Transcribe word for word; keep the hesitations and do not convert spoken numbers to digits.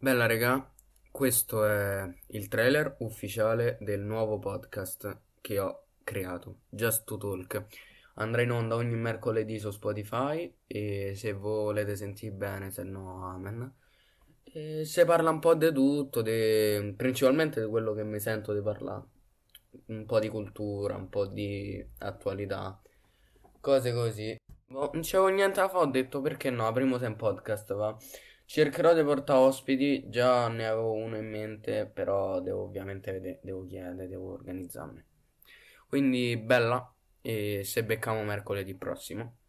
Bella regà, questo è il trailer ufficiale del nuovo podcast che ho creato, Just to Talk. Andrà in onda ogni mercoledì su Spotify e se volete sentire bene, se no amen. E si parla un po' di tutto, de- principalmente di quello che mi sento di parlare. Un po' di cultura, un po' di attualità, cose così. Boh, non c'avevo niente da fare, ho detto perché no, apriamo un podcast, va. Cercherò di portare ospiti, già ne avevo uno in mente, però devo ovviamente vedere, devo chiedere, devo organizzarmi. Quindi bella, e se becchiamo mercoledì prossimo.